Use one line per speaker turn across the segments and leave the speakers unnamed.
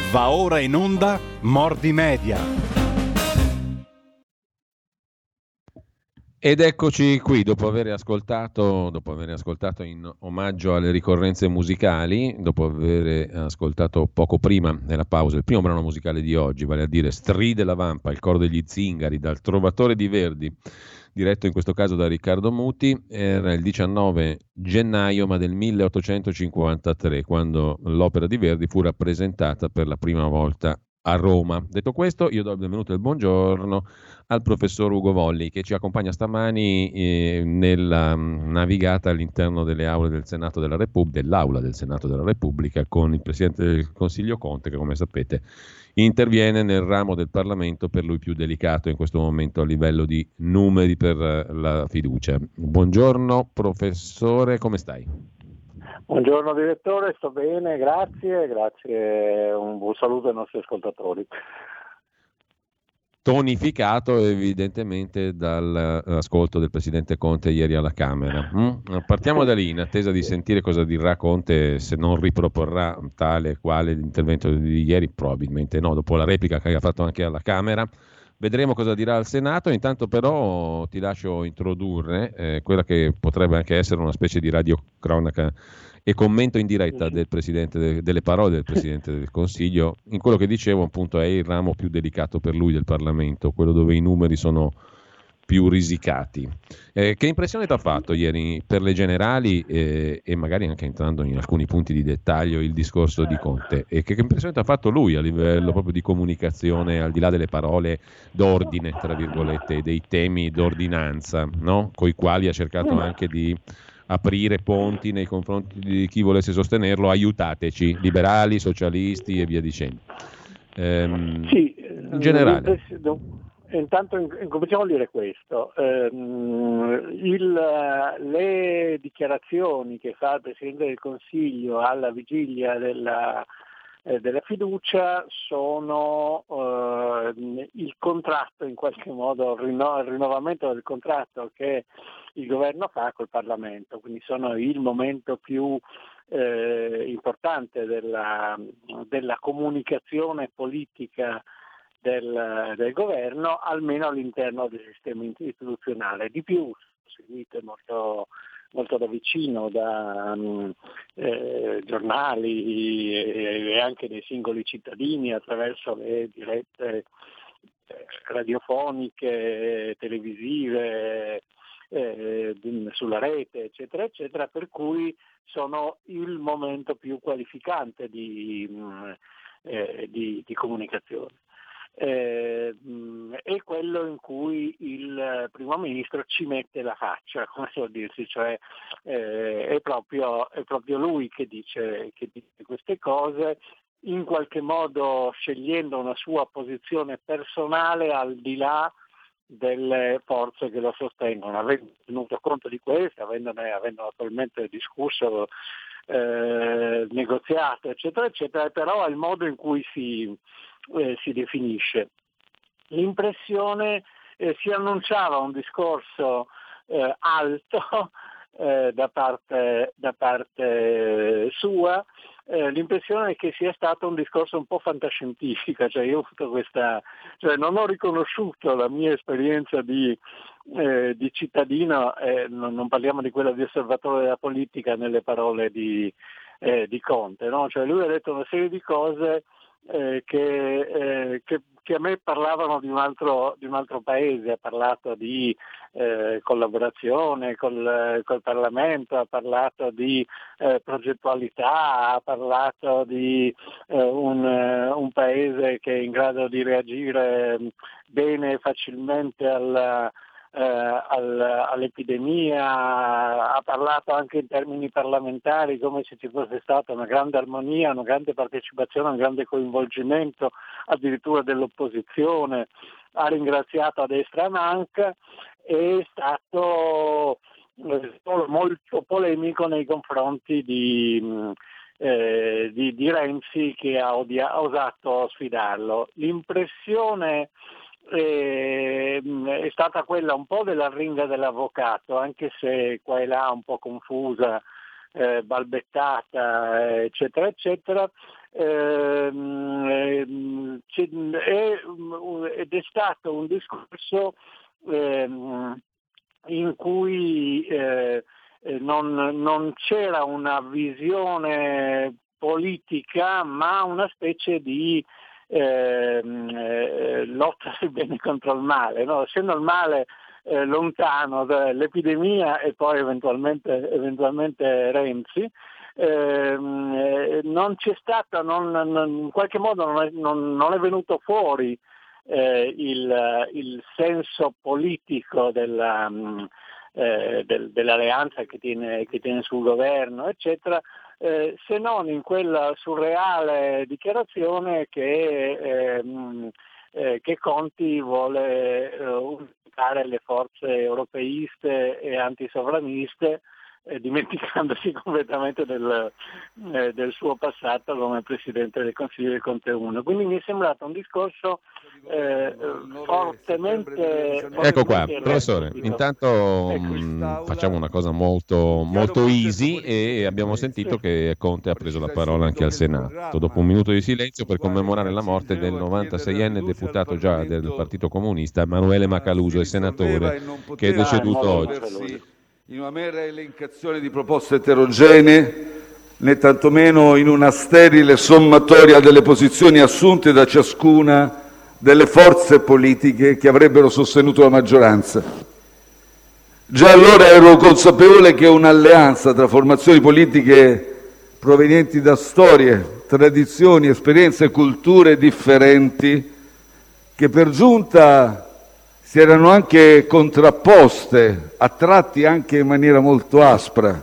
Va ora in onda Mordi Media.
Ed eccoci qui, dopo aver ascoltato in omaggio alle ricorrenze musicali, dopo aver ascoltato poco prima nella pausa il primo brano musicale di oggi, vale a dire Stride la Vampa, il coro degli Zingari, dal Trovatore di Verdi, diretto in questo caso da Riccardo Muti, era il 19 gennaio ma del 1853, quando l'opera di Verdi fu rappresentata per la prima volta a Roma. Detto questo, io do il benvenuto e il buongiorno al professor Ugo Volli, che ci accompagna stamani nella navigata all'interno delle aule del Senato della Repubblica, dell'aula del Senato della Repubblica, con il Presidente del Consiglio Conte, che come sapete interviene nel ramo del Parlamento per lui più delicato in questo momento a livello di numeri per la fiducia. Buongiorno professore, come stai?
Buongiorno direttore, sto bene, grazie, un buon saluto ai nostri ascoltatori.
Tonificato evidentemente dall'ascolto del Presidente Conte ieri alla Camera. Partiamo da lì, in attesa di sentire cosa dirà Conte, se non riproporrà tale e quale l'intervento di ieri, probabilmente no, dopo la replica che ha fatto anche alla Camera. Vedremo cosa dirà al Senato, intanto però ti lascio introdurre quella che potrebbe anche essere una specie di radiocronaca e commento in diretta del Presidente delle parole del Presidente del Consiglio in quello che dicevo, appunto, è il ramo più delicato per lui del Parlamento, quello dove i numeri sono più risicati. Che impressione ti ha fatto ieri per le generali e magari anche entrando in alcuni punti di dettaglio il discorso di Conte? E che impressione ti ha fatto lui a livello proprio di comunicazione, al di là delle parole d'ordine, tra virgolette, e dei temi d'ordinanza, no? Coi quali ha cercato anche di aprire ponti nei confronti di chi volesse sostenerlo, aiutateci, liberali, socialisti e via dicendo.
Sì,
in generale.
Intanto cominciamo a dire questo. Le dichiarazioni che fa il Presidente del Consiglio alla vigilia della fiducia sono il contratto, in qualche modo il rinnovamento del contratto che il governo fa col Parlamento, quindi sono il momento più importante della comunicazione politica del governo, almeno all'interno del sistema istituzionale. Di più, seguite molto da vicino da giornali e anche dei singoli cittadini attraverso le dirette radiofoniche, televisive, sulla rete, eccetera, eccetera, per cui sono il momento più qualificante di comunicazione. È quello in cui il primo ministro ci mette la faccia, come suol dirsi, cioè è proprio lui che dice queste cose, in qualche modo scegliendo una sua posizione personale al di là delle forze che lo sostengono, avendo tenuto conto di questo, avendo naturalmente discusso, negoziato, eccetera, eccetera, però è il modo in cui si definisce. L'impressione si annunciava un discorso alto da parte sua, l'impressione è che sia stato un discorso un po' fantascientifico, cioè io ho avuto non ho riconosciuto la mia esperienza di cittadino, non parliamo di quella di osservatore della politica nelle parole di Conte, no? Cioè lui ha detto una serie di cose che a me parlavano di un altro paese, ha parlato di collaborazione col Parlamento, ha parlato di progettualità, ha parlato di un paese che è in grado di reagire bene e facilmente all'epidemia, ha parlato anche in termini parlamentari come se ci fosse stata una grande armonia, una grande partecipazione, un grande coinvolgimento addirittura dell'opposizione, ha ringraziato a destra e a manca, è stato molto polemico nei confronti di Renzi, che ha osato sfidarlo. L'impressione è stata quella un po' dell'arringa dell'avvocato, anche se qua e là un po' confusa balbettata, eccetera, eccetera. Ed è stato un discorso in cui non c'era una visione politica, ma una specie di lotta del bene contro il male, no? Essendo il male lontano dall'epidemia e poi eventualmente Renzi, non c'è stata, in qualche modo non è venuto fuori il senso politico dell'alleanza che tiene sul governo, eccetera, se non in quella surreale dichiarazione che Conti vuole unificare le forze europeiste e antisovraniste, dimenticandosi completamente del suo passato come Presidente del Consiglio del Conte 1. Quindi mi è sembrato un discorso fortemente...
Ecco qua, professore, intanto facciamo una cosa molto, molto easy e abbiamo sentito che Conte ha preso la parola anche al Senato, dopo un minuto di silenzio per commemorare la morte del 96enne deputato già del Partito Comunista Emanuele Macaluso, il senatore che è deceduto oggi.
In una mera elencazione di proposte eterogenee, né tantomeno in una sterile sommatoria delle posizioni assunte da ciascuna delle forze politiche che avrebbero sostenuto la maggioranza. Già allora ero consapevole che un'alleanza tra formazioni politiche provenienti da storie, tradizioni, esperienze e culture differenti, che per giunta si erano anche contrapposte, a tratti anche in maniera molto aspra,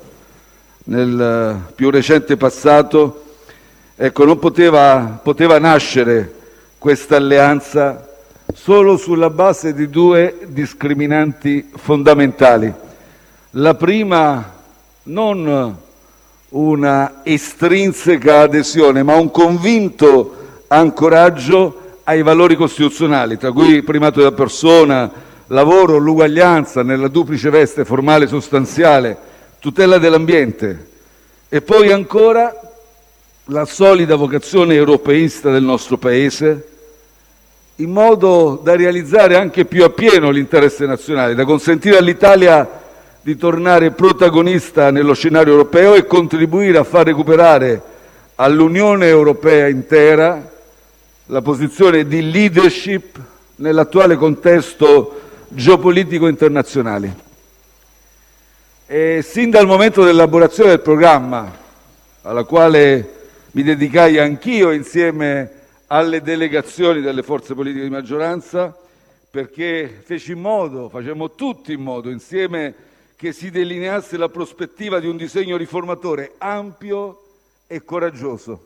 nel più recente passato, ecco, non poteva nascere questa alleanza solo sulla base di due discriminanti fondamentali. La prima, non una estrinseca adesione, ma un convinto ancoraggio ai valori costituzionali, tra cui il primato della persona, lavoro, l'uguaglianza nella duplice veste formale e sostanziale, tutela dell'ambiente, e poi ancora la solida vocazione europeista del nostro Paese, in modo da realizzare anche più appieno l'interesse nazionale, da consentire all'Italia di tornare protagonista nello scenario europeo e contribuire a far recuperare all'Unione Europea intera la posizione di leadership nell'attuale contesto geopolitico internazionale. E sin dal momento dell'elaborazione del programma, alla quale mi dedicai anch'io insieme alle delegazioni delle forze politiche di maggioranza, perché facemmo tutti in modo insieme che si delineasse la prospettiva di un disegno riformatore ampio e coraggioso.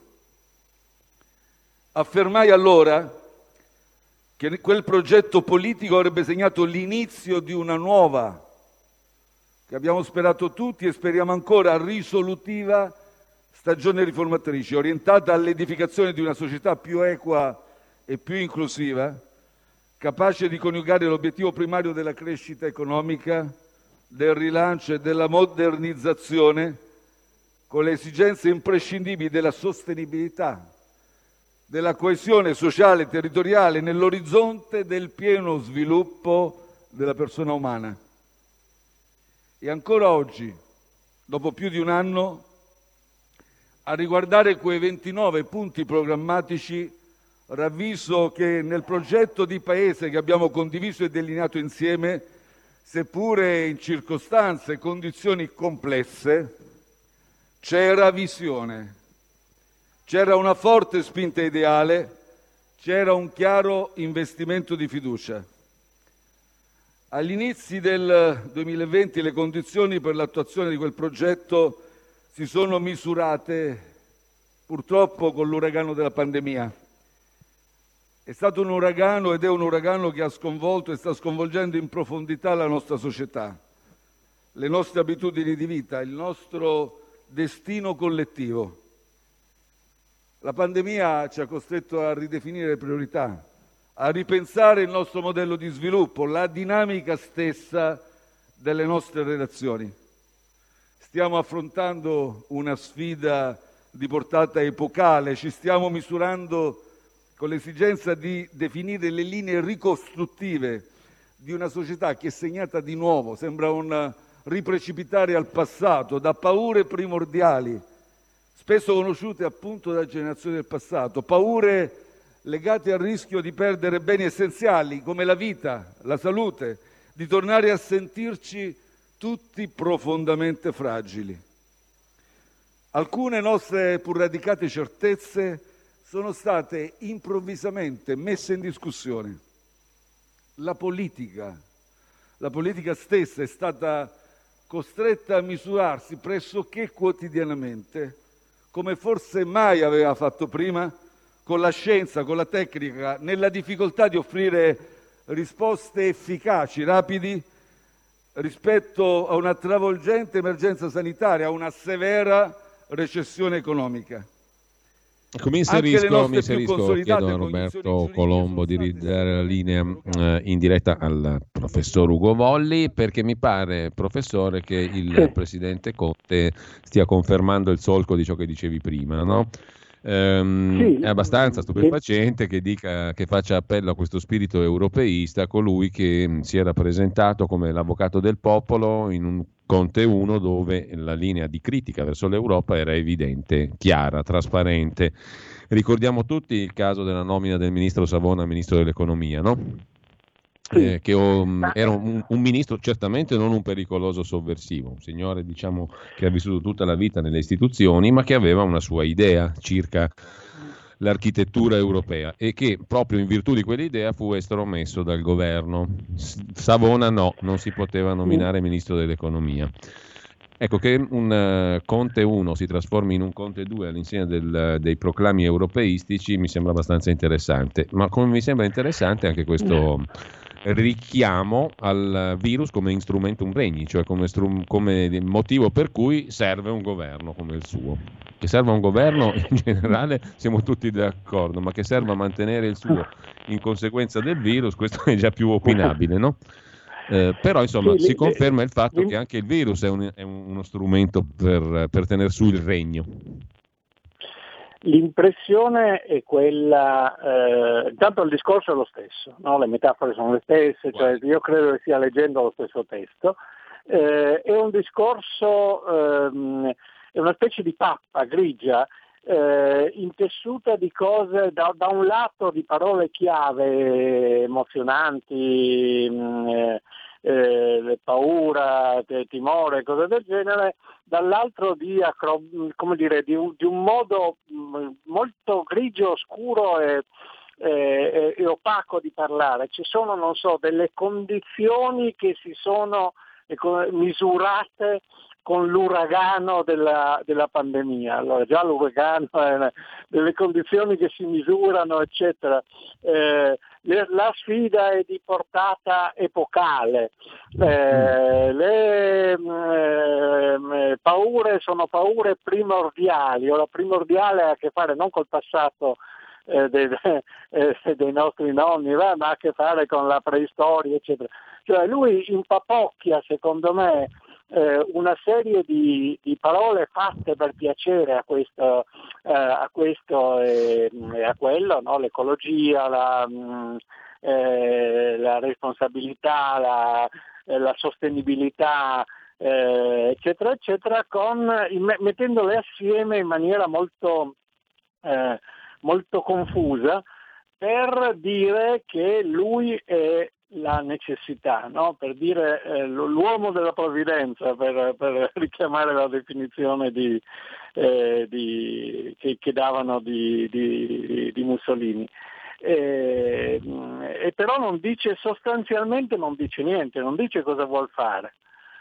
Affermai allora che quel progetto politico avrebbe segnato l'inizio di una nuova, che abbiamo sperato tutti e speriamo ancora, risolutiva stagione riformatrice, orientata all'edificazione di una società più equa e più inclusiva, capace di coniugare l'obiettivo primario della crescita economica, del rilancio e della modernizzazione con le esigenze imprescindibili della sostenibilità, della coesione sociale e territoriale nell'orizzonte del pieno sviluppo della persona umana. E ancora oggi, dopo più di un anno, a riguardare quei 29 punti programmatici, ravviso che nel progetto di Paese che abbiamo condiviso e delineato insieme, seppure in circostanze e condizioni complesse, c'era visione. C'era una forte spinta ideale, c'era un chiaro investimento di fiducia. Agli inizi del 2020 le condizioni per l'attuazione di quel progetto si sono misurate purtroppo con l'uragano della pandemia. È stato un uragano ed è un uragano che ha sconvolto e sta sconvolgendo in profondità la nostra società, le nostre abitudini di vita, il nostro destino collettivo. La pandemia ci ha costretto a ridefinire le priorità, a ripensare il nostro modello di sviluppo, la dinamica stessa delle nostre relazioni. Stiamo affrontando una sfida di portata epocale, ci stiamo misurando con l'esigenza di definire le linee ricostruttive di una società che è segnata di nuovo, sembra un riprecipitare al passato, da paure primordiali, spesso conosciute appunto da generazioni del passato, paure legate al rischio di perdere beni essenziali come la vita, la salute, di tornare a sentirci tutti profondamente fragili. Alcune nostre pur radicate certezze sono state improvvisamente messe in discussione. La politica stessa è stata costretta a misurarsi pressoché quotidianamente, come forse mai aveva fatto prima, con la scienza, con la tecnica, nella difficoltà di offrire risposte efficaci, rapidi, rispetto a una travolgente emergenza sanitaria, a una severa recessione economica.
Mi inserisco, chiedo a Roberto Colombo di ridare la linea in diretta al professor Ugo Volli, perché mi pare, professore, che il presidente Conte stia confermando il solco di ciò che dicevi prima, no? È abbastanza stupefacente che dica, che faccia appello a questo spirito europeista colui che si era presentato come l'avvocato del popolo in un Conte 1 dove la linea di critica verso l'Europa era evidente, chiara, trasparente. Ricordiamo tutti il caso della nomina del ministro Savona ministro dell'economia, no? Che era un ministro certamente non un pericoloso sovversivo, un signore diciamo che ha vissuto tutta la vita nelle istituzioni, ma che aveva una sua idea circa l'architettura europea e che proprio in virtù di quell'idea fu estromesso dal governo. Savona no, non si poteva nominare ministro dell'economia. Ecco, che un Conte 1 si trasformi in un Conte 2 all'insegna dei proclami europeistici mi sembra abbastanza interessante, ma come mi sembra interessante anche questo richiamo al virus come instrumentum regni, cioè come motivo per cui serve un governo come il suo. Che serva un governo in generale siamo tutti d'accordo, ma che serva a mantenere il suo in conseguenza del virus, questo è già più opinabile, no? Però insomma si conferma il fatto che anche il virus è uno strumento per tenere su il regno.
L'impressione è quella, intanto il discorso è lo stesso, no? Le metafore sono le stesse, cioè io credo che stia leggendo lo stesso testo, è un discorso, è una specie di pappa grigia, intessuta di cose, da un lato di parole chiave emozionanti, paura, timore, cose del genere, dall'altro di un modo molto grigio, oscuro e opaco di parlare. Ci sono, non so, delle condizioni che si sono misurate con l'uragano della pandemia. Allora già l'uragano è delle condizioni che si misurano, eccetera. La sfida è di portata epocale, le paure sono paure primordiali, o la primordiale ha a che fare non col passato dei nostri nonni, ma ha a che fare con la preistoria, eccetera. Cioè lui impapocchia, secondo me, una serie di parole fatte per piacere a questo e a quello, no? L'ecologia, la responsabilità, la sostenibilità, eccetera, eccetera, mettendole assieme in maniera molto confusa per dire che lui è la necessità, no? Per dire l'uomo della provvidenza, per richiamare la definizione che davano di Mussolini. E però non dice, sostanzialmente non dice niente, non dice cosa vuol fare.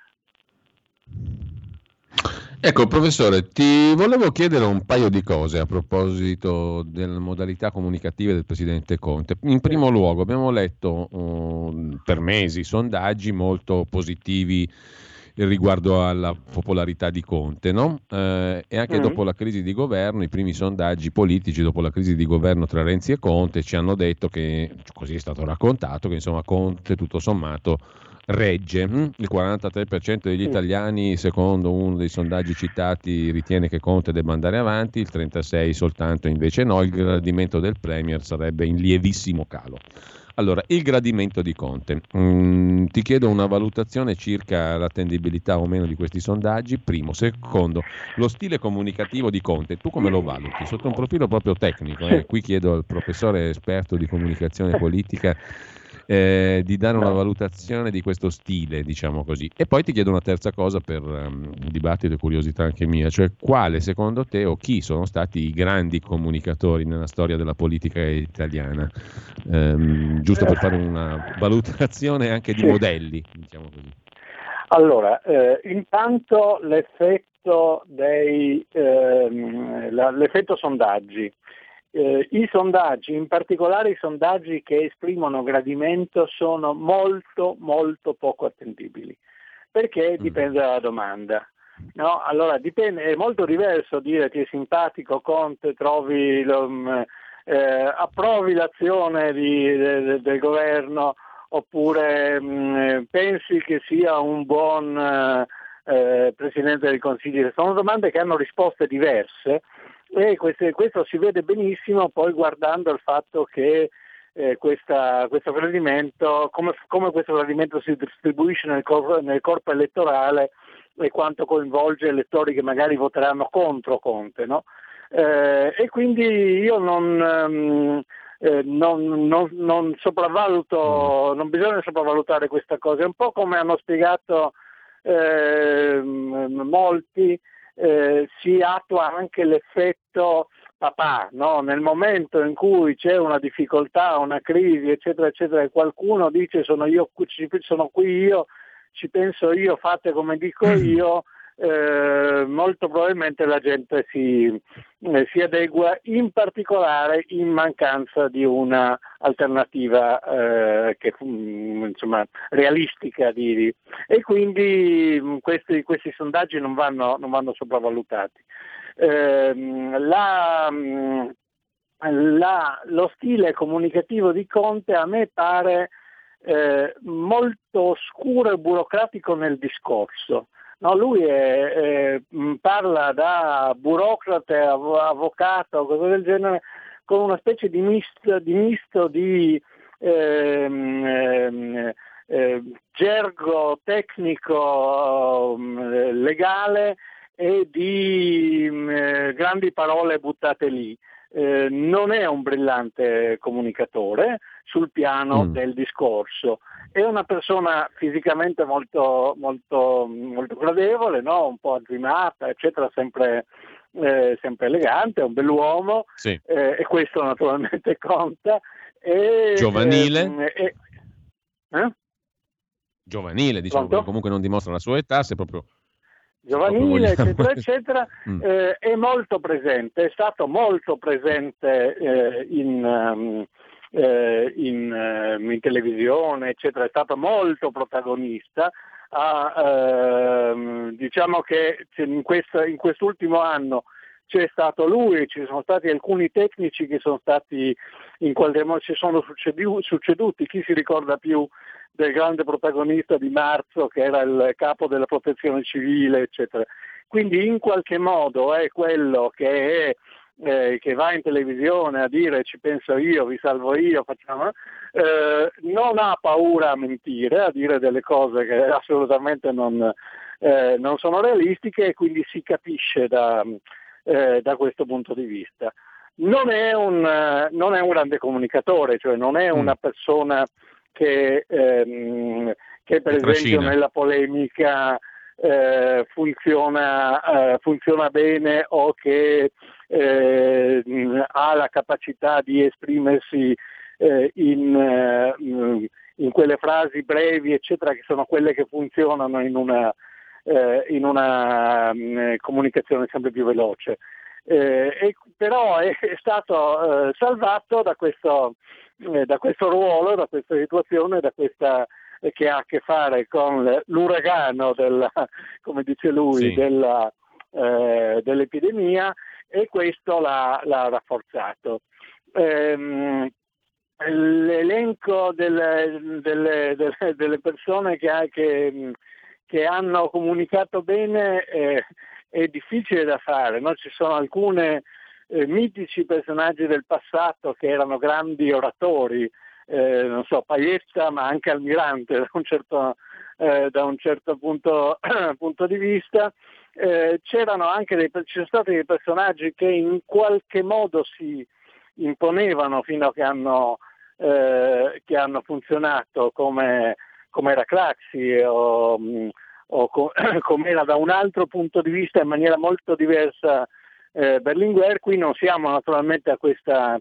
Ecco, professore, ti volevo chiedere un paio di cose a proposito delle modalità comunicative del presidente Conte. In primo luogo, abbiamo letto per mesi sondaggi molto positivi riguardo alla popolarità di Conte, no? E anche dopo la crisi di governo, i primi sondaggi politici dopo la crisi di governo tra Renzi e Conte ci hanno detto che, così è stato raccontato, che insomma Conte tutto sommato regge. Il 43% degli italiani, secondo uno dei sondaggi citati, ritiene che Conte debba andare avanti, il 36% soltanto invece no, il gradimento del Premier sarebbe in lievissimo calo. Allora, il gradimento di Conte. Ti chiedo una valutazione circa l'attendibilità o meno di questi sondaggi. Primo. Secondo, lo stile comunicativo di Conte, tu come lo valuti? Sotto un profilo proprio tecnico. Qui chiedo al professore esperto di comunicazione politica di dare una valutazione di questo stile, diciamo così. E poi ti chiedo una terza cosa per dibattito e curiosità anche mia, cioè quale secondo te o chi sono stati i grandi comunicatori nella storia della politica italiana? Giusto per fare una valutazione anche di modelli, diciamo così.
Allora, intanto l'effetto sondaggi. I sondaggi, in particolare i sondaggi che esprimono gradimento, sono molto molto poco attendibili, perché dipende dalla domanda. No? Allora dipende, è molto diverso dire ti è simpatico Conte, approvi l'azione del governo, oppure pensi che sia un buon Presidente del Consiglio. Sono domande che hanno risposte diverse. E questo si vede benissimo poi guardando il fatto che questo gradimento, come questo gradimento si distribuisce nel corpo elettorale e quanto coinvolge elettori che magari voteranno contro Conte, no? E quindi io non sopravvaluto, non bisogna sopravvalutare questa cosa. È un po' come hanno spiegato molti. Si attua anche l'effetto papà, no? Nel momento in cui c'è una difficoltà, una crisi, eccetera, eccetera, e qualcuno dice sono qui io, ci penso io, fate come dico io, molto probabilmente la gente si adegua, in particolare in mancanza di una alternativa che insomma realistica, e quindi questi sondaggi non vanno sopravvalutati. Lo stile comunicativo di Conte a me pare molto oscuro e burocratico nel discorso. No, lui parla da burocrate, avvocato, cose del genere, con una specie di misto di gergo tecnico legale e di grandi parole buttate lì. Non è un brillante comunicatore sul piano del discorso, è una persona fisicamente molto, molto, molto gradevole, no? Un po' aggrimata, eccetera, sempre elegante, è un bell'uomo,
sì.
E questo naturalmente conta.
Giovanile? Giovanile, diciamo,
Pronto?
comunque non dimostra la sua età, se proprio
giovanile, eccetera, eccetera, è molto presente, è stato molto presente in televisione, eccetera, è stato molto protagonista. Diciamo che in quest'ultimo anno c'è stato lui, ci sono stati alcuni tecnici che sono stati in qualche modo, ci sono succeduti, chi si ricorda più del grande protagonista di marzo che era il capo della protezione civile, eccetera. Quindi in qualche modo è quello che va in televisione a dire ci penso io, vi salvo io, facciamo, non ha paura a mentire, a dire delle cose che assolutamente non sono realistiche, e quindi si capisce da questo punto di vista. Non è un grande comunicatore, cioè non è una persona che per esempio nella polemica funziona bene, o che ha la capacità di esprimersi in quelle frasi brevi, eccetera, che sono quelle che funzionano in una comunicazione sempre più veloce. Però è stato salvato da questo ruolo, da questa situazione, da questa che ha a che fare con l'uragano come dice lui,
sì,
dell'epidemia, e questo l'ha rafforzato. L'elenco delle persone che hanno comunicato bene è difficile da fare, no? Ci sono alcune mitici personaggi del passato che erano grandi oratori, non so, Paietta, ma anche Almirante da un certo punto di vista. Ci sono stati dei personaggi che in qualche modo si imponevano fino a che hanno funzionato, come era Craxi o come era da un altro punto di vista in maniera molto diversa Berlinguer. Qui non siamo naturalmente a questa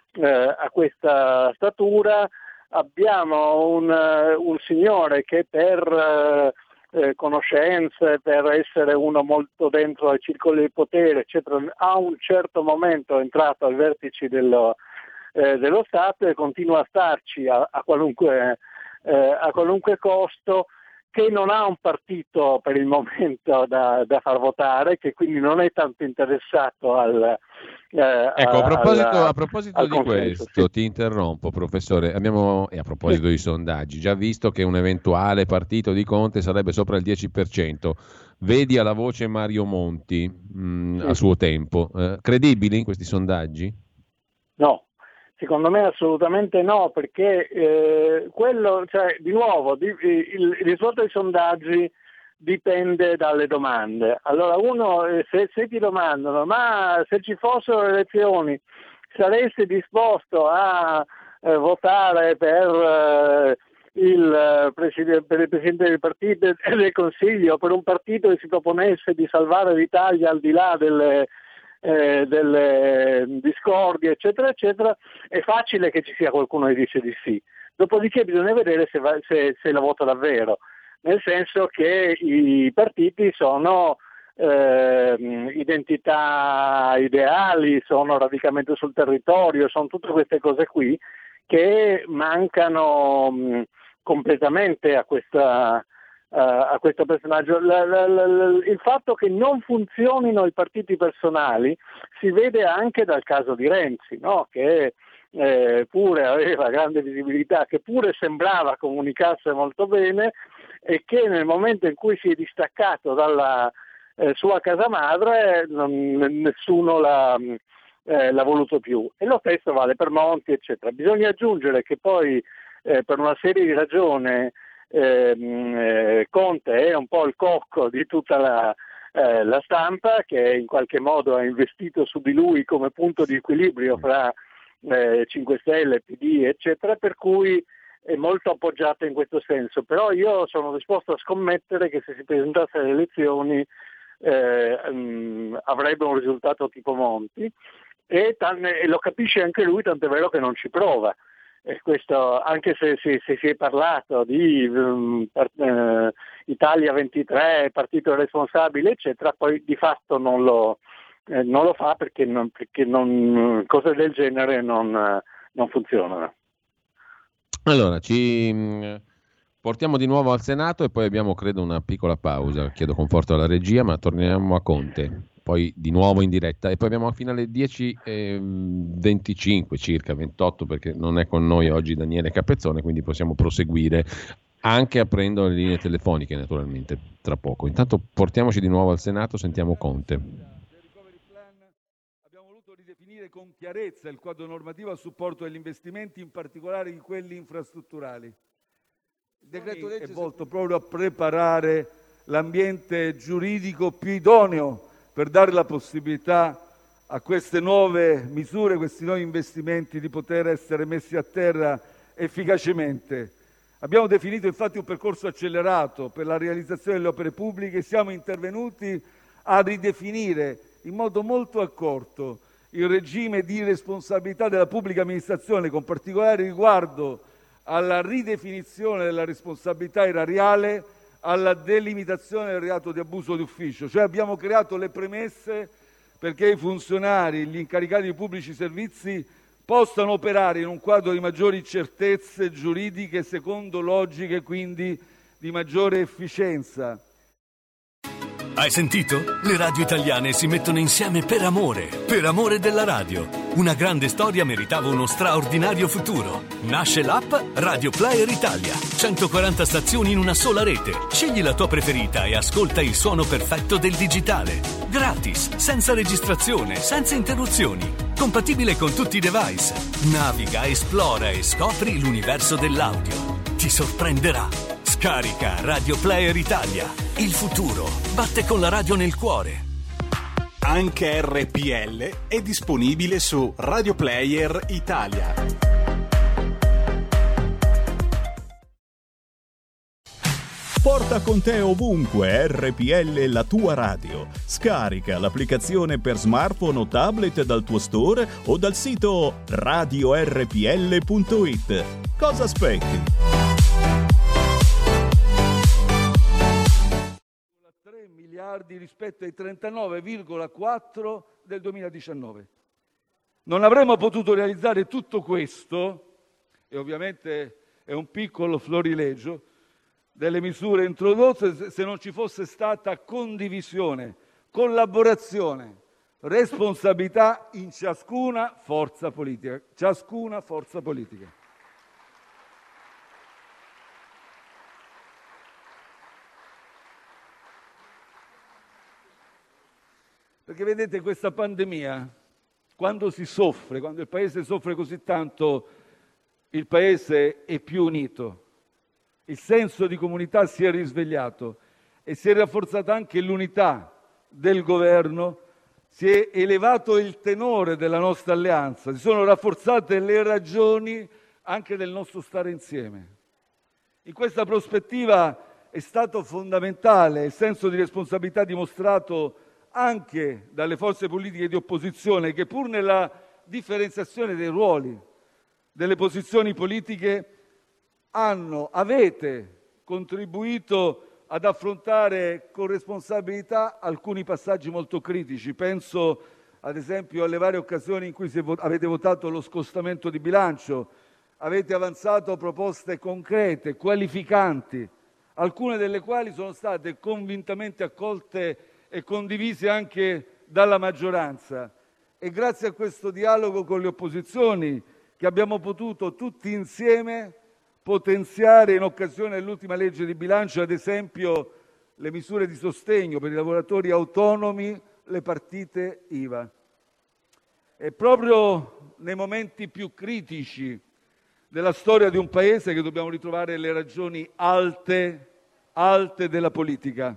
statura. Abbiamo un signore che per conoscenze, per essere uno molto dentro ai circoli di potere, eccetera, a un certo momento è entrato ai vertici dello Stato e continua a starci a qualunque costo, che non ha un partito per il momento da far votare, che quindi non è tanto interessato
ecco, a proposito
al
di
consenso.
questo,
Sì.
ti interrompo, professore. E a proposito di sondaggi, già visto che un eventuale partito di Conte sarebbe sopra il 10%, vedi alla voce Mario Monti a suo tempo. Credibili in questi sondaggi?
No, secondo me assolutamente no, perché di nuovo, il risultato dei sondaggi dipende dalle domande. Allora se ti domandano, ma se ci fossero le elezioni saresti disposto a votare per il Presidente del Partito e del Consiglio, per un partito che si proponesse di salvare l'Italia al di là delle discordie, eccetera, eccetera, è facile che ci sia qualcuno che dice di sì. Dopodiché bisogna vedere se la vota davvero, nel senso che i partiti sono identità ideali, sono radicamento sul territorio, sono tutte queste cose qui che mancano completamente a questo personaggio. Il fatto che non funzionino i partiti personali si vede anche dal caso di Renzi, no? Che pure aveva grande visibilità, che pure sembrava comunicasse molto bene, e che nel momento in cui si è distaccato dalla sua casa madre nessuno l'ha voluto più. E lo stesso vale per Monti, eccetera. Bisogna aggiungere che poi per una serie di ragioni Conte è un po' il cocco di tutta la stampa, che in qualche modo ha investito su di lui come punto di equilibrio fra 5 Stelle, PD, eccetera, per cui è molto appoggiato in questo senso. Però io sono disposto a scommettere che se si presentasse alle elezioni avrebbe un risultato tipo Monti, e lo capisce anche lui, tant'è vero che non ci prova. Questo, anche se si è parlato di Italia 23, partito responsabile, eccetera, poi di fatto non lo fa perché cose del genere non funzionano.
Allora, ci portiamo di nuovo al Senato e poi abbiamo, credo, una piccola pausa. Chiedo conforto alla regia, ma torniamo a Conte. Poi di nuovo in diretta e poi abbiamo fino alle 10:25 circa, 28, perché non è con noi oggi Daniele Capezzone, quindi possiamo proseguire anche aprendo le linee telefoniche naturalmente tra poco. Intanto portiamoci di nuovo al Senato, sentiamo Conte.
Del recovery plan abbiamo voluto ridefinire con chiarezza il quadro normativo a supporto degli investimenti, in particolare di quelli infrastrutturali. Il decreto legge è volto proprio a preparare l'ambiente giuridico più idoneo per dare la possibilità a queste nuove misure, questi nuovi investimenti di poter essere messi a terra efficacemente. Abbiamo definito infatti un percorso accelerato per la realizzazione delle opere pubbliche e siamo intervenuti a ridefinire in modo molto accorto il regime di responsabilità della pubblica amministrazione, con particolare riguardo alla ridefinizione della responsabilità erariale, alla delimitazione del reato di abuso d'ufficio. Cioè abbiamo creato le premesse perché i funzionari, gli incaricati di pubblici servizi possano operare in un quadro di maggiori certezze giuridiche secondo logiche quindi di maggiore efficienza.
Hai sentito? Le radio italiane si mettono insieme per amore della radio. Una grande storia meritava uno straordinario futuro. Nasce l'app Radio Player Italia. 140 stazioni in una sola rete. Scegli la tua preferita e ascolta il suono perfetto del digitale. Gratis, senza registrazione, senza interruzioni. Compatibile con tutti i device. Naviga, esplora e scopri l'universo dell'audio. Ti sorprenderà. Scarica Radio Player Italia. Il futuro batte con la radio nel cuore.
Anche RPL è disponibile su Radio Player Italia.
Porta con te ovunque RPL, la tua radio. Scarica l'applicazione per smartphone o tablet dal tuo store o dal sito radiorpl.it. Cosa aspetti?
3 miliardi rispetto ai 39,4 del 2019. Non avremmo potuto realizzare tutto questo, e ovviamente è un piccolo florilegio, delle misure introdotte se non ci fosse stata condivisione, collaborazione, responsabilità in ciascuna forza politica. Ciascuna forza politica. Perché vedete, questa pandemia, quando si soffre, quando il Paese soffre così tanto, il Paese è più unito. Il senso di comunità si è risvegliato e si è rafforzata anche l'unità del governo, si è elevato il tenore della nostra alleanza, si sono rafforzate le ragioni anche del nostro stare insieme. In questa prospettiva è stato fondamentale il senso di responsabilità dimostrato anche dalle forze politiche di opposizione che, pur nella differenziazione dei ruoli, delle posizioni politiche, avete contribuito ad affrontare con responsabilità alcuni passaggi molto critici. Penso ad esempio alle varie occasioni in cui avete votato lo scostamento di bilancio, avete avanzato proposte concrete, qualificanti, alcune delle quali sono state convintamente accolte e condivise anche dalla maggioranza. E grazie a questo dialogo con le opposizioni che abbiamo potuto tutti insieme potenziare in occasione dell'ultima legge di bilancio, ad esempio, le misure di sostegno per i lavoratori autonomi, le partite IVA. È proprio nei momenti più critici della storia di un Paese che dobbiamo ritrovare le ragioni alte della politica,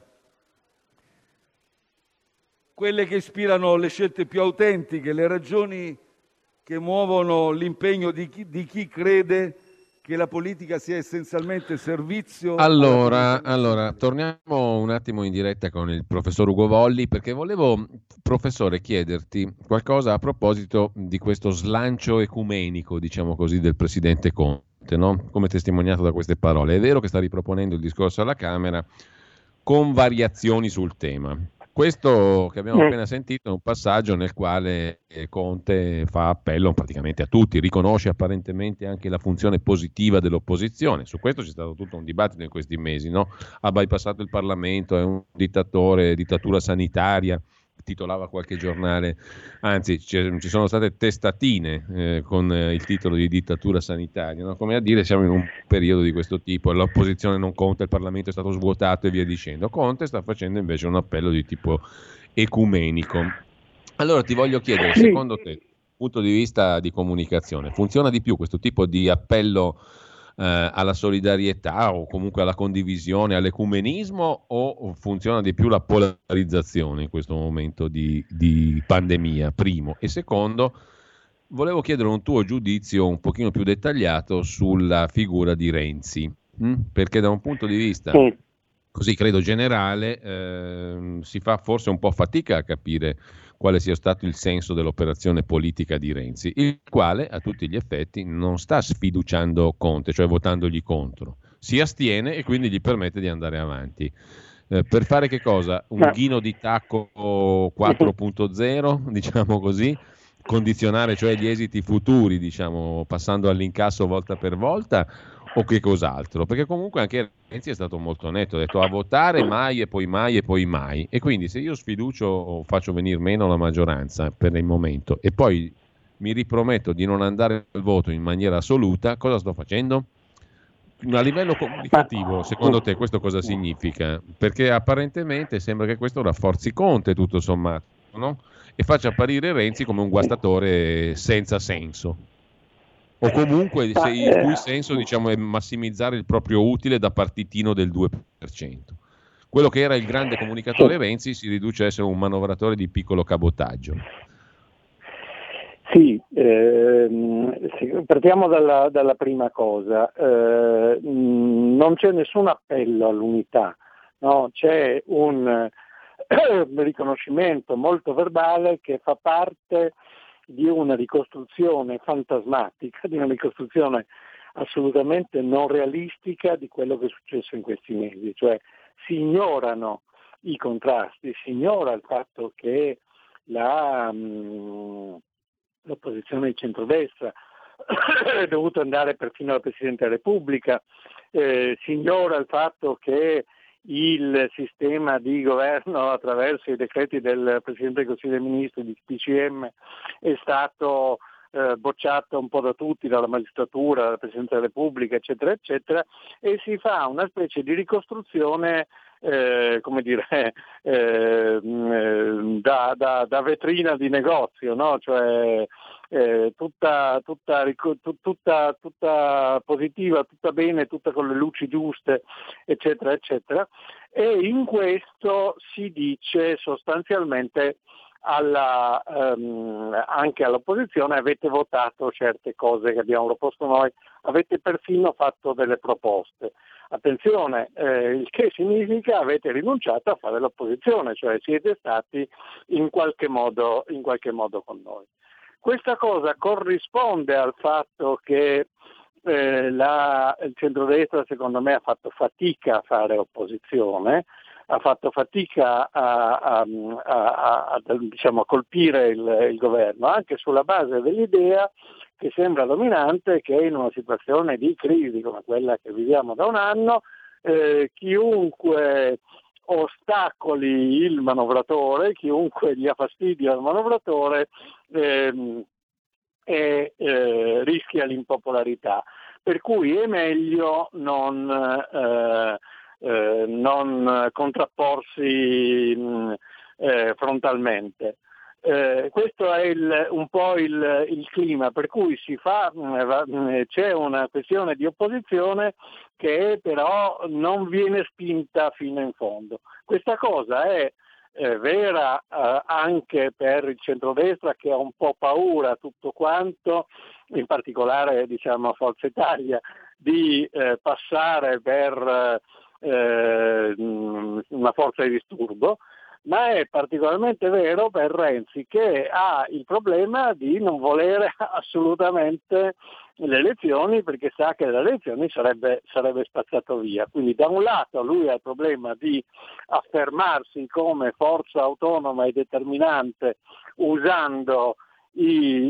quelle che ispirano le scelte più autentiche, le ragioni che muovono l'impegno di chi crede che la politica sia essenzialmente servizio.
Allora, torniamo un attimo in diretta con il professor Ugo Volli, perché volevo, professore, chiederti qualcosa a proposito di questo slancio ecumenico, diciamo così, del presidente Conte, no? Come testimoniato da queste parole. È vero che sta riproponendo il discorso alla Camera con variazioni sul tema. Questo che abbiamo appena sentito è un passaggio nel quale Conte fa appello praticamente a tutti, riconosce apparentemente anche la funzione positiva dell'opposizione. Su questo c'è stato tutto un dibattito in questi mesi, no? Ha bypassato il Parlamento, è un dittatore, dittatura sanitaria, titolava qualche giornale, anzi ci sono state testatine con il titolo di dittatura sanitaria, no? Come a dire siamo in un periodo di questo tipo, l'opposizione non conta, il Parlamento è stato svuotato e via dicendo. Conte sta facendo invece un appello di tipo ecumenico. Allora ti voglio chiedere, secondo te, dal punto di vista di comunicazione, funziona di più questo tipo di appello alla solidarietà o comunque alla condivisione, all'ecumenismo, o funziona di più la polarizzazione in questo momento di pandemia, primo? E secondo, volevo chiedere un tuo giudizio un pochino più dettagliato sulla figura di Renzi, perché da un punto di vista così credo generale si fa forse un po' fatica a capire quale sia stato il senso dell'operazione politica di Renzi, il quale a tutti gli effetti non sta sfiduciando Conte, cioè votandogli contro, si astiene e quindi gli permette di andare avanti. Per fare che cosa? Un ghino di tacco 4.0, diciamo così, condizionare cioè gli esiti futuri, diciamo, passando all'incasso volta per volta, o che cos'altro? Perché comunque anche Renzi è stato molto netto, ha detto a votare mai e poi mai e poi mai, e quindi se io sfiducio o faccio venire meno la maggioranza per il momento e poi mi riprometto di non andare al voto in maniera assoluta, cosa sto facendo? A livello comunicativo, secondo te questo cosa significa? Perché apparentemente sembra che questo rafforzi Conte tutto sommato, no? E faccia apparire Renzi come un guastatore senza senso. O comunque il cui senso, diciamo, è massimizzare il proprio utile da partitino del 2%. Quello che era il grande comunicatore Renzi si riduce a essere un manovratore di piccolo cabotaggio.
Sì, partiamo dalla prima cosa. Non c'è nessun appello all'unità, no? C'è un riconoscimento molto verbale che fa parte di una ricostruzione fantasmatica, di una ricostruzione assolutamente non realistica di quello che è successo in questi mesi, cioè si ignorano i contrasti, si ignora il fatto che l'opposizione di centrodestra è dovuta andare perfino al Presidente della Repubblica, si ignora il fatto che il sistema di governo attraverso i decreti del Presidente del Consiglio dei Ministri, di PCM, è stato bocciato un po' da tutti, dalla magistratura, dalla Presidenza della Repubblica, eccetera, eccetera, e si fa una specie di ricostruzione da vetrina di negozio, no? Cioè tutta positiva, tutta bene, tutta con le luci giuste, eccetera, eccetera. E in questo si dice sostanzialmente anche all'opposizione: avete votato certe cose che abbiamo proposto noi, avete perfino fatto delle proposte. Attenzione, il che significa avete rinunciato a fare l'opposizione, cioè siete stati in qualche modo con noi. Questa cosa corrisponde al fatto che il centrodestra, secondo me, ha fatto fatica a fare opposizione, ha fatto fatica a colpire il governo, anche sulla base dell'idea che sembra dominante che in una situazione di crisi come quella che viviamo da un anno, chiunque ostacoli il manovratore, chiunque dia fastidio al manovratore rischia l'impopolarità, per cui è meglio non contrapporsi frontalmente. Questo è un po' il clima per cui c'è una questione di opposizione che però non viene spinta fino in fondo. Questa cosa è vera anche per il centrodestra, che ha un po' paura tutto quanto, in particolare Forza Italia, di passare per una forza di disturbo, ma è particolarmente vero per Renzi, che ha il problema di non volere assolutamente le elezioni, perché sa che le elezioni sarebbe spazzato via. Quindi da un lato lui ha il problema di affermarsi come forza autonoma e determinante usando i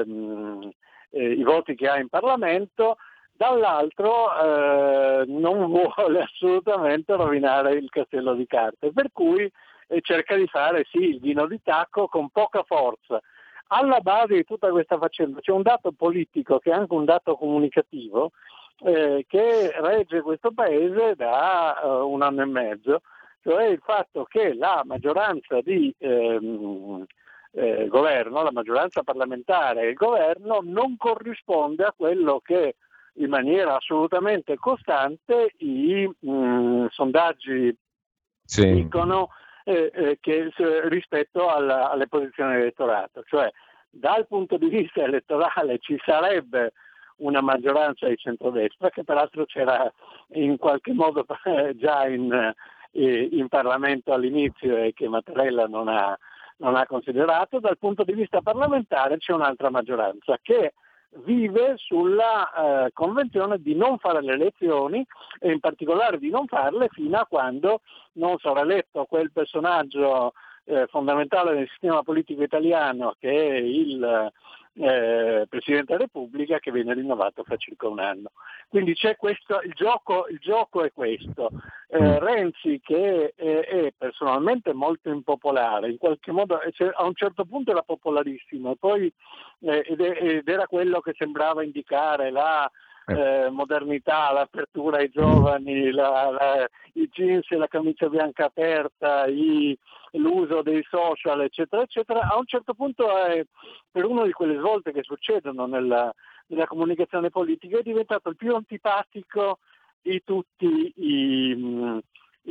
voti che ha in Parlamento, dall'altro non vuole assolutamente rovinare il castello di carte, per cui cerca di fare il vino di tacco con poca forza. Alla base di tutta questa faccenda c'è un dato politico che è anche un dato comunicativo che regge questo paese da un anno e mezzo, cioè il fatto che la maggioranza di governo, la maggioranza parlamentare e il governo non corrisponde a quello che in maniera assolutamente costante i sondaggi dicono che rispetto alle posizioni dell'elettorato, cioè dal punto di vista elettorale ci sarebbe una maggioranza di centrodestra, che peraltro c'era in qualche modo già in Parlamento all'inizio e che Mattarella non ha considerato. Dal punto di vista parlamentare c'è un'altra maggioranza che vive sulla convenzione di non fare le elezioni, e in particolare di non farle fino a quando non sarà eletto quel personaggio fondamentale del sistema politico italiano, che è il Presidente della Repubblica, che viene rinnovato fra circa un anno. Quindi c'è questo, il gioco è questo. Renzi, che è personalmente molto impopolare, in qualche modo a un certo punto era popolarissimo, poi ed era quello che sembrava indicare la modernità, l'apertura ai giovani, i jeans e la camicia bianca aperta, l'uso dei social, eccetera, eccetera. A un certo punto, per una di quelle svolte che succedono nella comunicazione politica, è diventato il più antipatico di tutti i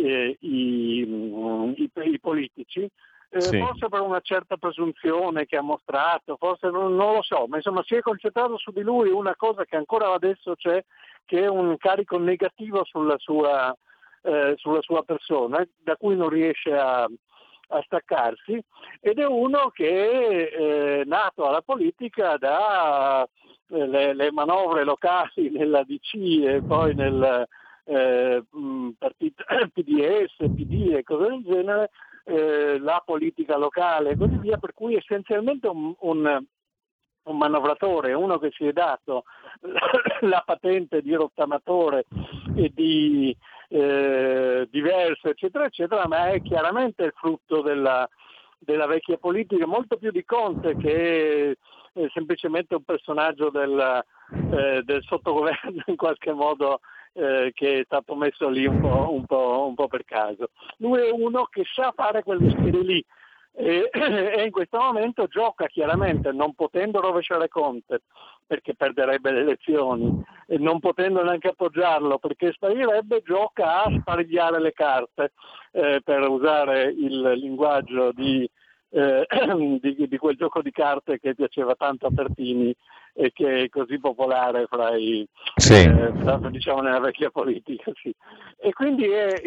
politici.
Sì.
Forse per una certa presunzione che ha mostrato, forse non lo so, ma insomma si è concentrato su di lui una cosa che ancora adesso c'è, che è un carico negativo sulla sua persona, da cui non riesce a staccarsi, ed è uno che è nato alla politica da le manovre locali nella DC e poi nel partito PDS, PD e cose del genere, la politica locale e così via, per cui essenzialmente un manovratore, uno che si è dato la patente di rottamatore e di diverso, eccetera, eccetera, ma è chiaramente il frutto della vecchia politica, molto più di Conte, che è semplicemente un personaggio del sottogoverno in qualche modo, che è stato messo lì un po' per caso. Lui è uno che sa fare quel mestiere lì e in questo momento gioca chiaramente, non potendo rovesciare Conte perché perderebbe le elezioni e non potendo neanche appoggiarlo perché sparirebbe, gioca a sparigliare le carte, per usare il linguaggio di quel gioco di carte che piaceva tanto a Pertini e che è così popolare diciamo nella vecchia politica, sì. E quindi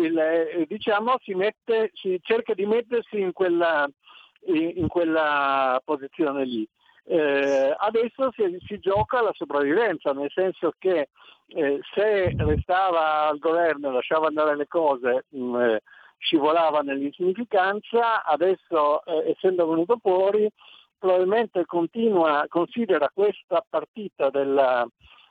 si cerca di mettersi in quella posizione lì. Adesso si gioca la sopravvivenza, nel senso che se restava al governo e lasciava andare le cose, scivolava nell'insignificanza. Adesso, essendo venuto fuori, probabilmente considera questa partita della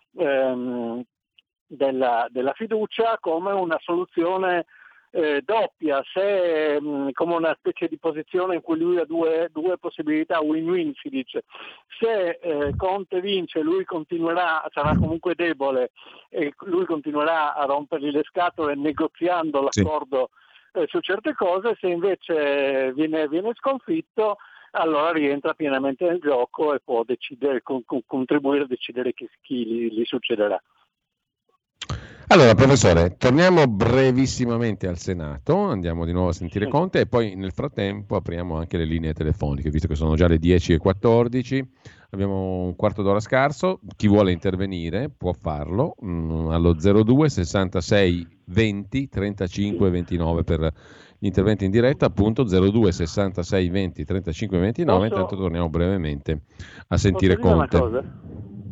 fiducia come una soluzione doppia, come una specie di posizione in cui lui ha due possibilità, win-win si dice. Se Conte vince, lui sarà comunque debole e lui continuerà a rompergli le scatole negoziando l'accordo su certe cose. Se invece viene sconfitto, allora rientra pienamente nel gioco e può decidere, contribuire a decidere chi gli succederà.
Allora, professore, torniamo brevissimamente al Senato, andiamo di nuovo a sentire Conte e poi nel frattempo apriamo anche le linee telefoniche, visto che sono già le 10:14, abbiamo un quarto d'ora scarso. Chi vuole intervenire può farlo allo 02 66 20 35 29 per gli interventi in diretta, appunto 02 66 20 35 29. Intanto torniamo brevemente a sentire Conte.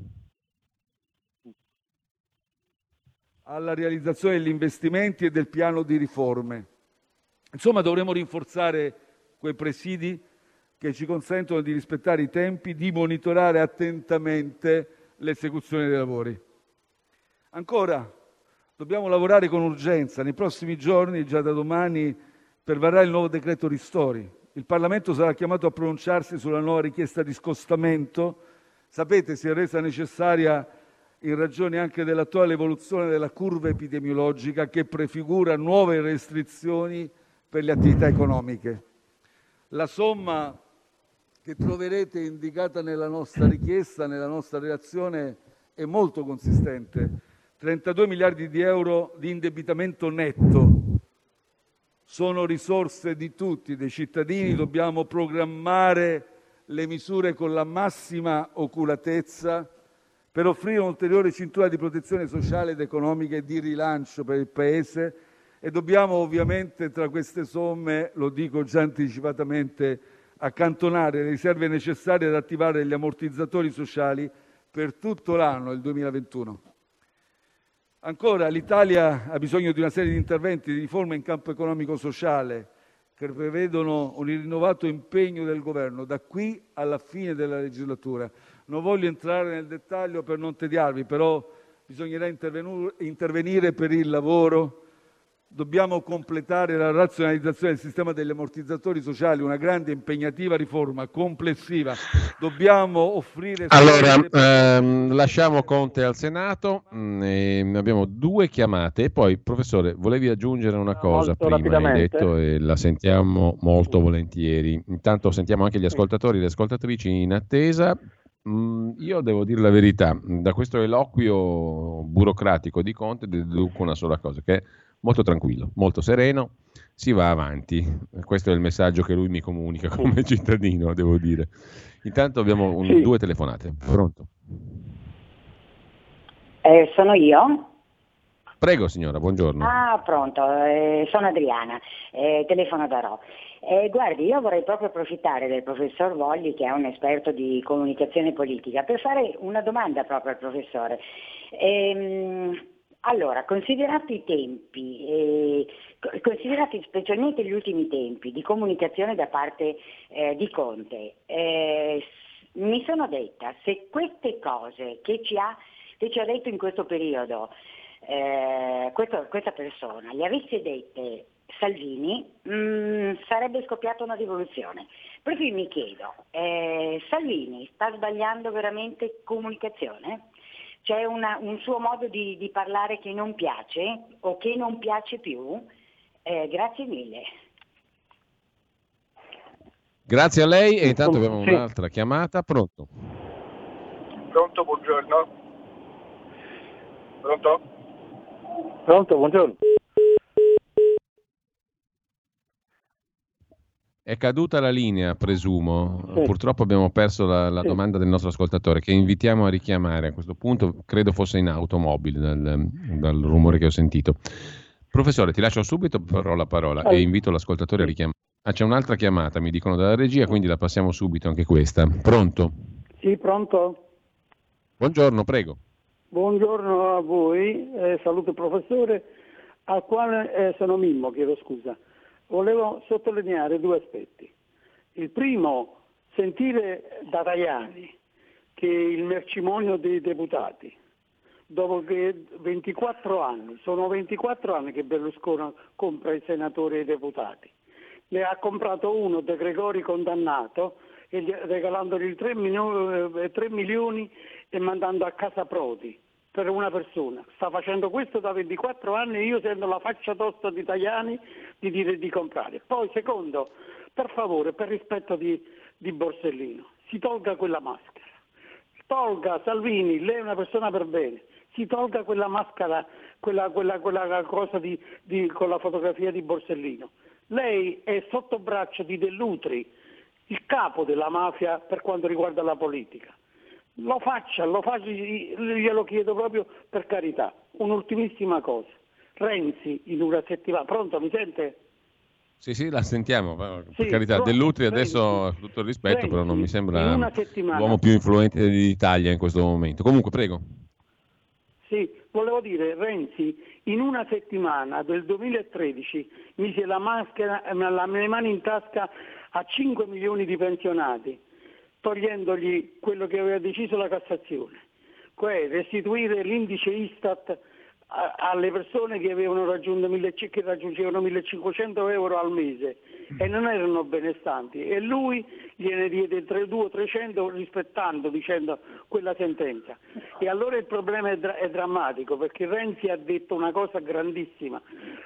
Alla realizzazione degli investimenti e del piano di riforme. Insomma, dovremo rinforzare quei presidi che ci consentono di rispettare i tempi, di monitorare attentamente l'esecuzione dei lavori. Ancora, dobbiamo lavorare con urgenza. Nei prossimi giorni, già da domani, per varare il nuovo decreto ristori. Il Parlamento sarà chiamato a pronunciarsi sulla nuova richiesta di scostamento. Sapete, si è resa necessaria in ragione anche dell'attuale evoluzione della curva epidemiologica che prefigura nuove restrizioni per le attività economiche. La somma che troverete indicata nella nostra richiesta, nella nostra relazione, è molto consistente: 32 miliardi di euro di indebitamento netto. Sono risorse di tutti, dei cittadini. Dobbiamo programmare le misure con la massima oculatezza per offrire un'ulteriore cintura di protezione sociale ed economica e di rilancio per il Paese, e dobbiamo ovviamente tra queste somme, lo dico già anticipatamente, accantonare le riserve necessarie ad attivare gli ammortizzatori sociali per tutto l'anno, il 2021. Ancora, l'Italia ha bisogno di una serie di interventi di riforme in campo economico-sociale che prevedono un rinnovato impegno del governo da qui alla fine della legislatura. Non voglio entrare nel dettaglio per non tediarvi, però bisognerà intervenire per il lavoro. Dobbiamo completare la razionalizzazione del sistema degli ammortizzatori sociali, una grande e impegnativa riforma complessiva. Dobbiamo offrire...
Allora, lasciamo Conte al Senato, abbiamo 2 chiamate e poi, professore, volevi aggiungere una cosa prima, hai detto, e la sentiamo molto volentieri. Intanto sentiamo anche gli ascoltatori e le ascoltatrici in attesa. Io devo dire la verità, da questo eloquio burocratico di Conte deduco una sola cosa, che è molto tranquillo, molto sereno, si va avanti. Questo è il messaggio che lui mi comunica come cittadino, devo dire. Intanto abbiamo 2 telefonate. Pronto?
Sono io?
Prego signora, buongiorno.
Pronto, sono Adriana, telefono da Rho. Guardi, io vorrei proprio approfittare del professor Volli, che è un esperto di comunicazione politica, per fare una domanda proprio al professore. Allora, considerati i tempi, considerati specialmente gli ultimi tempi di comunicazione da parte di Conte, mi sono detta, se queste cose che ci ha detto in questo periodo questa persona le avesse dette Salvini, sarebbe scoppiata una rivoluzione. Per cui mi chiedo, Salvini sta sbagliando veramente comunicazione? C'è un suo modo di parlare che non piace o che non piace più? Grazie mille.
Grazie a lei e intanto abbiamo un'altra chiamata. Pronto?
Pronto, buongiorno. Pronto?
Pronto, buongiorno.
È caduta la linea, presumo.
Sì.
Purtroppo abbiamo perso la domanda del nostro ascoltatore, che invitiamo a richiamare a questo punto. Credo fosse in automobile dal rumore che ho sentito. Professore, ti lascio subito però la parola e invito l'ascoltatore a richiamare. C'è un'altra chiamata, mi dicono dalla regia, quindi la passiamo subito anche questa. Pronto?
Sì, pronto?
Buongiorno, prego.
Buongiorno a voi, saluto il professore, al quale sono Mimmo, chiedo scusa. Volevo sottolineare 2 aspetti. Il primo, sentire da Tajani che il mercimonio dei deputati, dopo che 24 anni, sono 24 anni che Berlusconi compra i senatori e i deputati, ne ha comprato uno De Gregori condannato, e regalandogli 3 milioni e mandando a casa Prodi per una persona. Sta facendo questo da 24 anni e io sento la faccia tosta di Tajani di dire di comprare. Poi secondo, per favore, per rispetto di Borsellino, si tolga quella maschera. Tolga, Salvini, lei è una persona per bene, si tolga quella maschera, quella cosa con la fotografia di Borsellino. Lei è sotto braccio di Dell'Utri, il capo della mafia per quanto riguarda la politica. Lo faccia, glielo chiedo proprio per carità. Un'ultimissima cosa. Renzi in una settimana, pronto, mi sente?
Sì, la sentiamo, per
Sì,
carità. Dell'Utri adesso, tutto il rispetto,
Renzi,
però non mi sembra
in una settimana.
l'uomo più influente d'Italia in questo momento. Comunque, prego.
Sì, volevo dire, Renzi in una settimana del 2013 mise le mani in tasca a 5 milioni di pensionati, togliendogli quello che aveva deciso la Cassazione, cioè restituire l'indice Istat alle persone che raggiungevano 1.500 euro al mese e non erano benestanti, e lui gliene diede 200-300 rispettando, dicendo, quella sentenza. E allora il problema è drammatico, perché Renzi ha detto una cosa grandissima,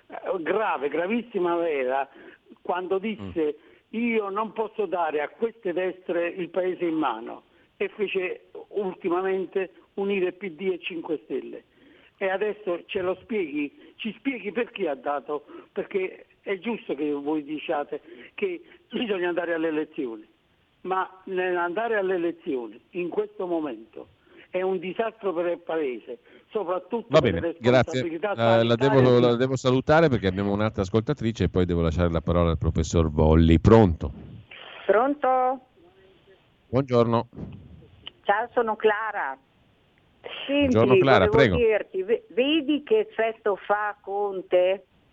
gravissima vera, quando disse io non posso dare a queste destre il paese in mano, e fece ultimamente unire PD e 5 Stelle. E adesso ci spieghi perché ha dato, perché è giusto che voi diciate che bisogna andare alle elezioni, ma nell'andare alle elezioni in questo momento è un disastro per il Paese, soprattutto
Va
per
bene,
le responsabilità
grazie. La devo salutare perché abbiamo un'altra ascoltatrice e poi devo lasciare la parola al professor Volli. Pronto?
Pronto?
Buongiorno.
Ciao, sono Clara. Senti,
Buongiorno Clara,
volevo
prego.
dirti, vedi che effetto fa Conte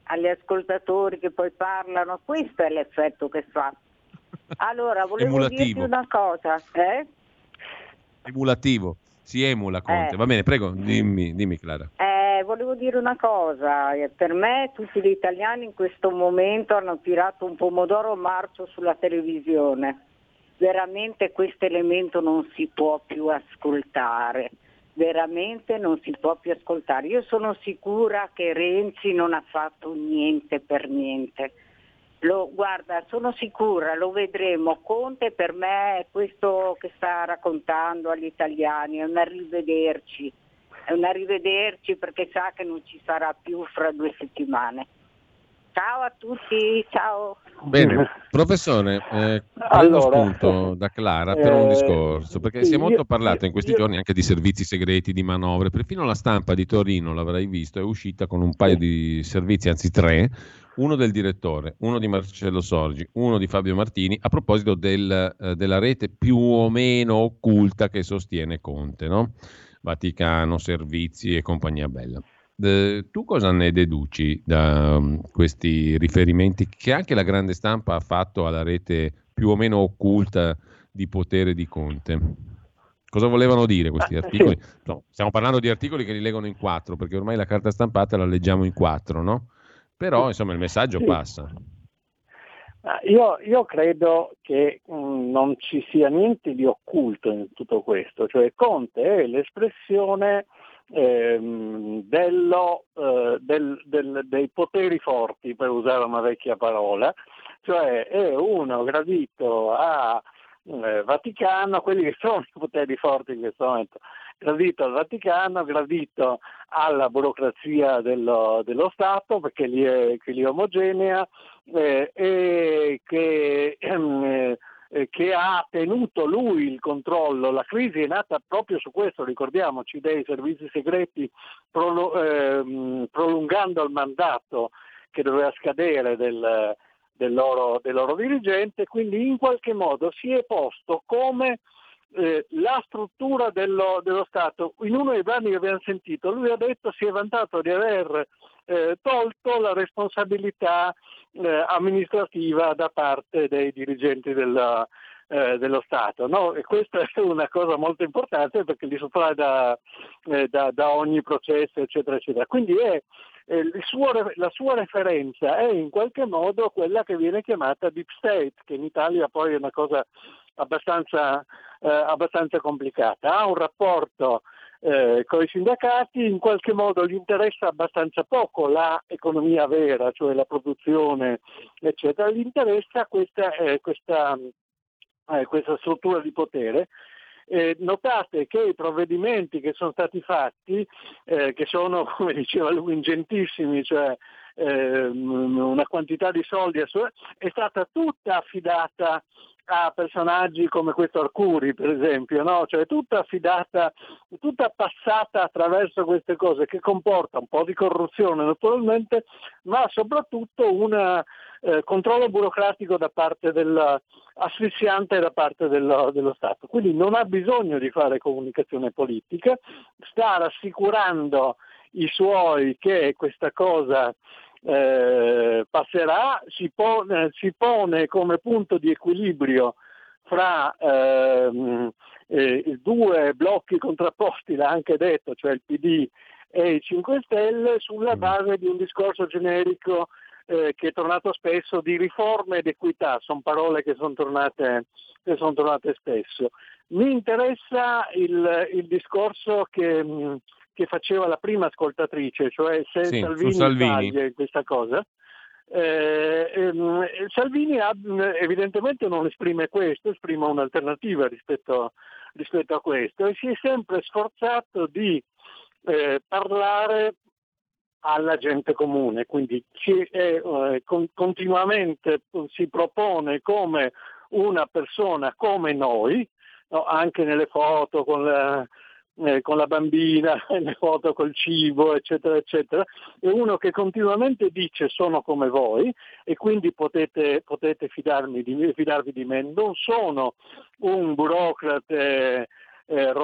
agli ascoltatori che poi parlano, questo è l'effetto che fa. Allora, volevo dirti una cosa,
Emulativo, si emula Conte. Va bene, prego, dimmi Clara.
Volevo dire una cosa, per me tutti gli italiani in questo momento hanno tirato un pomodoro marcio sulla televisione. Veramente questo elemento non si può più ascoltare. Veramente non si può più ascoltare. Io sono sicura che Renzi non ha fatto niente per niente. Guarda, sono sicura, lo vedremo. Conte per me è questo che sta raccontando agli italiani, è un arrivederci perché sa che non ci sarà più fra 2 settimane. Ciao a tutti, ciao.
Bene, professore, prendo spunto da Clara per un discorso, perché si è molto parlato in questi giorni anche di servizi segreti, di manovre, perfino la Stampa di Torino, l'avrai visto, è uscita con un paio di servizi, anzi 3, uno del direttore, uno di Marcello Sorgi, uno di Fabio Martini, a proposito della rete più o meno occulta che sostiene Conte, no? Vaticano, servizi e compagnia bella. Tu cosa ne deduci da questi riferimenti che anche la grande stampa ha fatto alla rete più o meno occulta di potere di Conte? Cosa volevano dire questi articoli? Sì. No, stiamo parlando di articoli che li leggono in 4, perché ormai la carta stampata la leggiamo in 4, no? Però insomma il messaggio passa.
Io credo che non ci sia niente di occulto in tutto questo, cioè Conte è l'espressione dei poteri forti, per usare una vecchia parola, cioè è uno gradito a Vaticano, quelli che sono i poteri forti in questo momento, gradito al Vaticano, gradito alla burocrazia dello Stato, perché lì è omogenea, e che ha tenuto lui il controllo. La crisi è nata proprio su questo, ricordiamoci, dei servizi segreti prolungando il mandato che doveva scadere del loro dirigente, quindi in qualche modo si è posto come la struttura dello Stato. In uno dei brani che abbiamo sentito lui ha detto, si è vantato di aver tolto la responsabilità amministrativa da parte dei dirigenti dello Stato, no? E questa è una cosa molto importante perché li sottrae da ogni processo, eccetera, eccetera. Quindi la sua referenza è in qualche modo quella che viene chiamata Deep State, che in Italia poi è una cosa abbastanza complicata. Ha un rapporto con i sindacati, in qualche modo gli interessa abbastanza poco l'economia vera, cioè la produzione, eccetera, gli interessa questa struttura di potere. Notate che i provvedimenti che sono stati fatti, che sono, come diceva lui, ingentissimi, cioè una quantità di soldi, è stata tutta affidata a personaggi come questo Arcuri, per esempio, no? Cioè tutta passata attraverso queste cose, che comporta un po' di corruzione naturalmente, ma soprattutto un controllo burocratico asfissiante da parte dello Stato. Quindi non ha bisogno di fare comunicazione politica, sta rassicurando i suoi che questa cosa passerà, si pone come punto di equilibrio fra due blocchi contrapposti, l'ha anche detto, cioè il PD e i 5 Stelle, sulla base di un discorso generico che è tornato spesso, di riforme ed equità. Sono parole che sono tornate spesso. Mi interessa il discorso che faceva la prima ascoltatrice, cioè se Salvini sbaglia questa cosa. Salvini evidentemente non esprime questo, esprime un'alternativa rispetto a questo, e si è sempre sforzato di parlare alla gente comune, quindi continuamente si propone come una persona come noi, no? Anche nelle foto con la bambina, nelle foto col cibo, eccetera, eccetera, è uno che continuamente dice sono come voi e quindi potete fidarvi di me, non sono un burocrate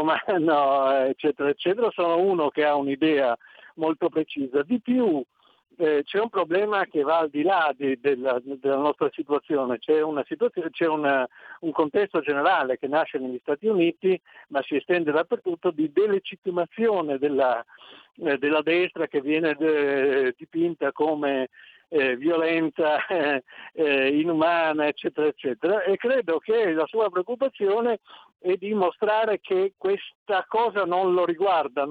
romano, eccetera, eccetera, sono uno che ha un'idea molto precisa. Di più, c'è un problema che va al di là della nostra situazione, c'è un contesto generale che nasce negli Stati Uniti ma si estende dappertutto, di delegittimazione della destra, che viene dipinta come violenta, inumana, eccetera, eccetera, e credo che la sua preoccupazione è di mostrare che questa cosa non riguarda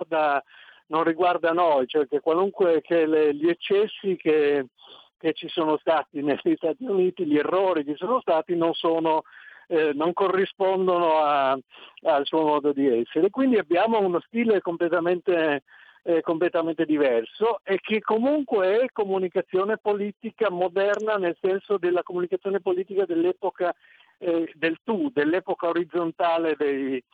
noi, cioè che gli eccessi che ci sono stati negli Stati Uniti, gli errori che sono stati non corrispondono al suo modo di essere. Quindi abbiamo uno stile completamente diverso, e che comunque è comunicazione politica moderna, nel senso della comunicazione politica dell'epoca dell'epoca orizzontale dei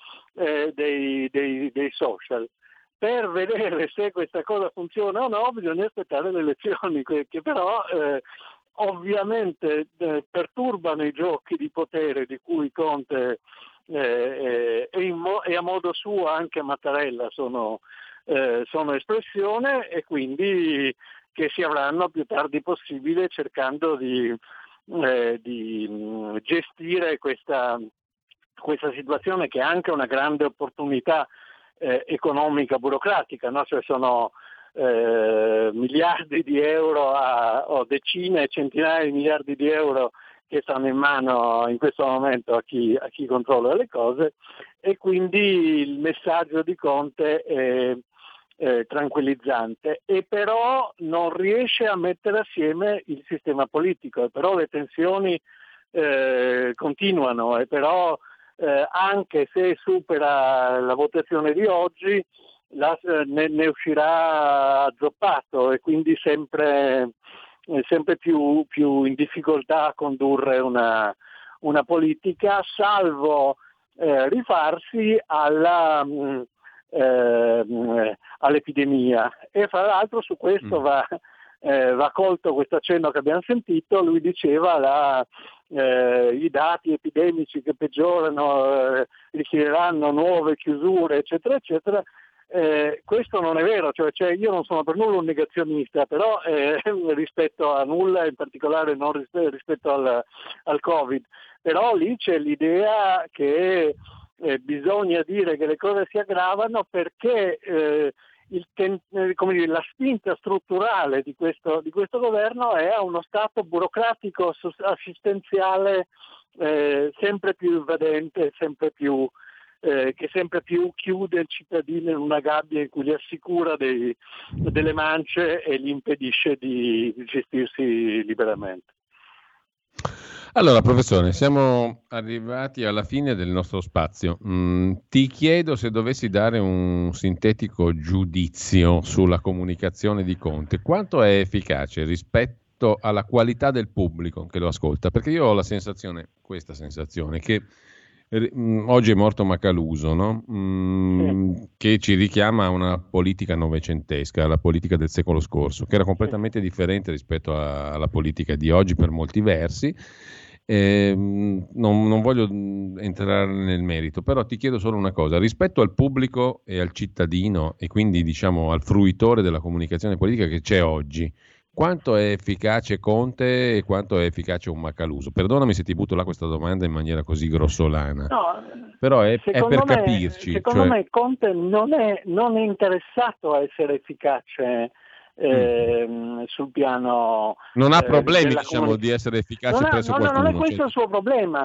social. Per vedere se questa cosa funziona o no bisogna aspettare le elezioni, che però ovviamente perturbano i giochi di potere di cui Conte e a modo suo anche Mattarella sono espressione, e quindi che si avranno più tardi possibile, cercando di gestire questa situazione, che è anche una grande opportunità economica burocratica, no? Cioè sono miliardi di euro o decine e centinaia di miliardi di euro che stanno in mano in questo momento a chi controlla le cose, e quindi il messaggio di Conte è tranquillizzante, e però non riesce a mettere assieme il sistema politico, e però le tensioni continuano, e però anche se supera la votazione di oggi ne uscirà azzoppato, e quindi sempre più in difficoltà a condurre una politica, salvo rifarsi all'epidemia. E fra l'altro su questo va colto questo accenno che abbiamo sentito. Lui diceva i dati epidemici che peggiorano richiederanno nuove chiusure, eccetera, eccetera. Questo non è vero, cioè io non sono per nulla un negazionista, però rispetto a nulla, in particolare non rispetto al Covid, però lì c'è l'idea che bisogna dire che le cose si aggravano perché la spinta strutturale di questo governo è a uno stato burocratico assistenziale sempre più invadente, che sempre più chiude il cittadino in una gabbia in cui gli assicura delle mance e gli impedisce di gestirsi liberamente.
Allora, professore, siamo arrivati alla fine del nostro spazio. Ti chiedo se dovessi dare un sintetico giudizio sulla comunicazione di Conte, quanto è efficace rispetto alla qualità del pubblico che lo ascolta? Perché io ho questa sensazione, che oggi è morto Macaluso, no? Che ci richiama a una politica novecentesca, alla politica del secolo scorso, che era completamente differente rispetto alla politica di oggi per molti versi. Non voglio entrare nel merito, però ti chiedo solo una cosa: rispetto al pubblico e al cittadino, e quindi diciamo al fruitore della comunicazione politica che c'è oggi, quanto è efficace Conte e quanto è efficace un Macaluso? Perdonami se ti butto là questa domanda in maniera così grossolana, però è per capirci.
Secondo me Conte non è interessato a essere efficace sul piano.
Non ha problemi, di essere efficace presso qualcuno.
Non è questo il suo problema.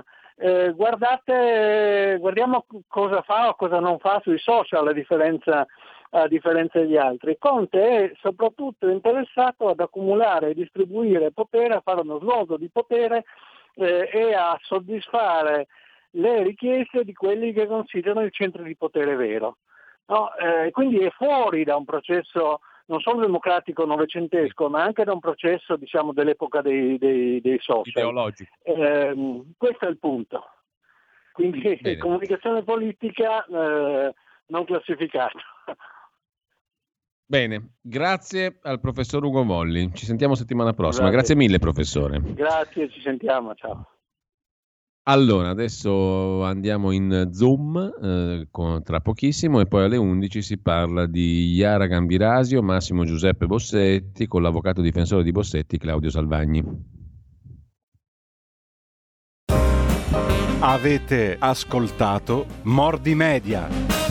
Guardiamo cosa fa o cosa non fa sui social, a differenza degli altri. Conte è soprattutto interessato ad accumulare e distribuire potere, a fare uno snodo di potere e a soddisfare le richieste di quelli che considerano il centro di potere vero. No? Quindi è fuori da un processo non solo democratico novecentesco, ma anche da un processo, diciamo, dell'epoca dei social.
Ideologico.
Questo è il punto. Quindi
Bene.
Comunicazione politica non classificata.
Bene, grazie al professor Ugo Volli. Ci sentiamo settimana prossima.
Grazie
Mille, professore.
Grazie, ci sentiamo, ciao.
Allora, adesso andiamo in Zoom tra pochissimo e poi alle 11 si parla di Iara Gambirasio, Massimo Giuseppe Bossetti con l'avvocato difensore di Bossetti Claudio Salvagni.
Avete ascoltato Mordi Media.